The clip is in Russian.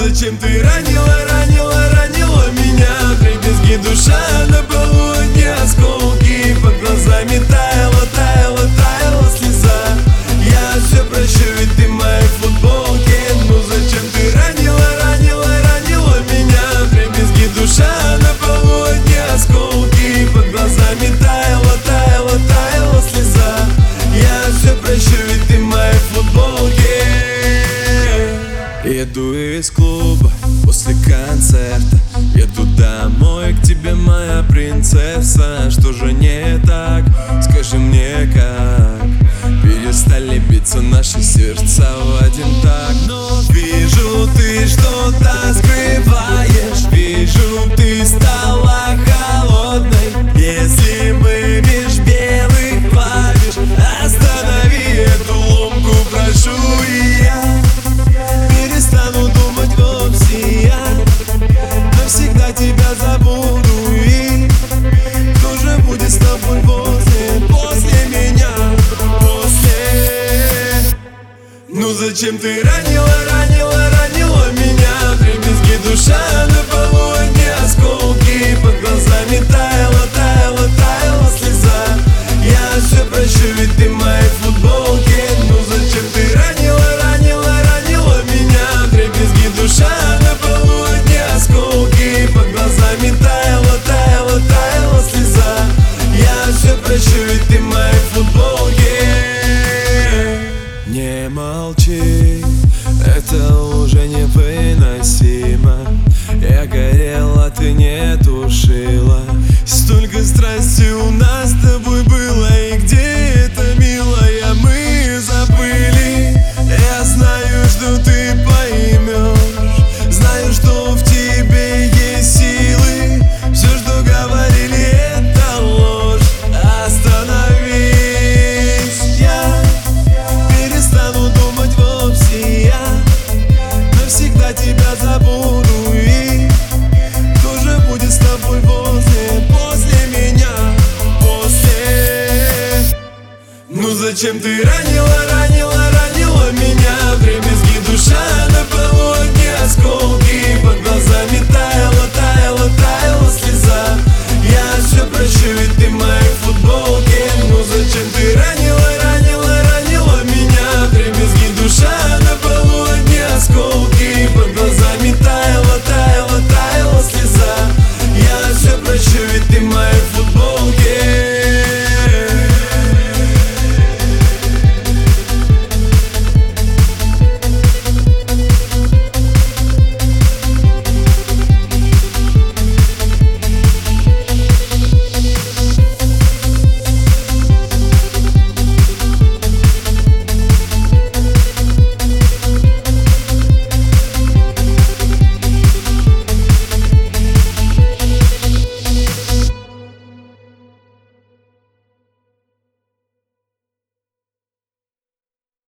зачем ты ранила меня? Вдребезги душа на полу, одни осколки. Под глазами таяла слеза. Я все прощу, ведь ты в моей футболке. Ну зачем ты ранила меня? Вдребезги душа на полу, одни осколки. Под глазами таяла слеза. Я все прощу, ведь ты в моей футболке. Еду из клуба после концерта, еду домой к тебе, моя принцесса. Что же не так? Скажи мне как. Перестали биться наши сердца в один так. Но вижу, ты что-то скрываешь. Вижу, ты стала холодной. Если мы меж белых клавиш, останови эту ломку, прошу. И я перестану думать вовсе, я навсегда тебя забуду. И кто же будет с тобой после меня? Ну зачем ты ранила меня? Вдребезги душа на полу, одни осколки. Под глазами таяла слеза. Я все прощу, ведь ты в моей футболке. Ну зачем ты ранила меня? Вдребезги душа на полу, одни осколки. Под глазами таяла слеза. Я все прощу, ведь ты в моей футболке. Не молчи, это уже невыносимо. Я горела, ты не тушила. Столько страсти у нас с тобой было. И где это, милая, мы забыли. Я знаю, что ты поймешь. Знаю, что в тебе есть силы. Все, что говорили, это ложь. Остановись, я перестану думать вовсе, я навсегда тебя забуду. И кто же будет с тобой после меня? Ну зачем ты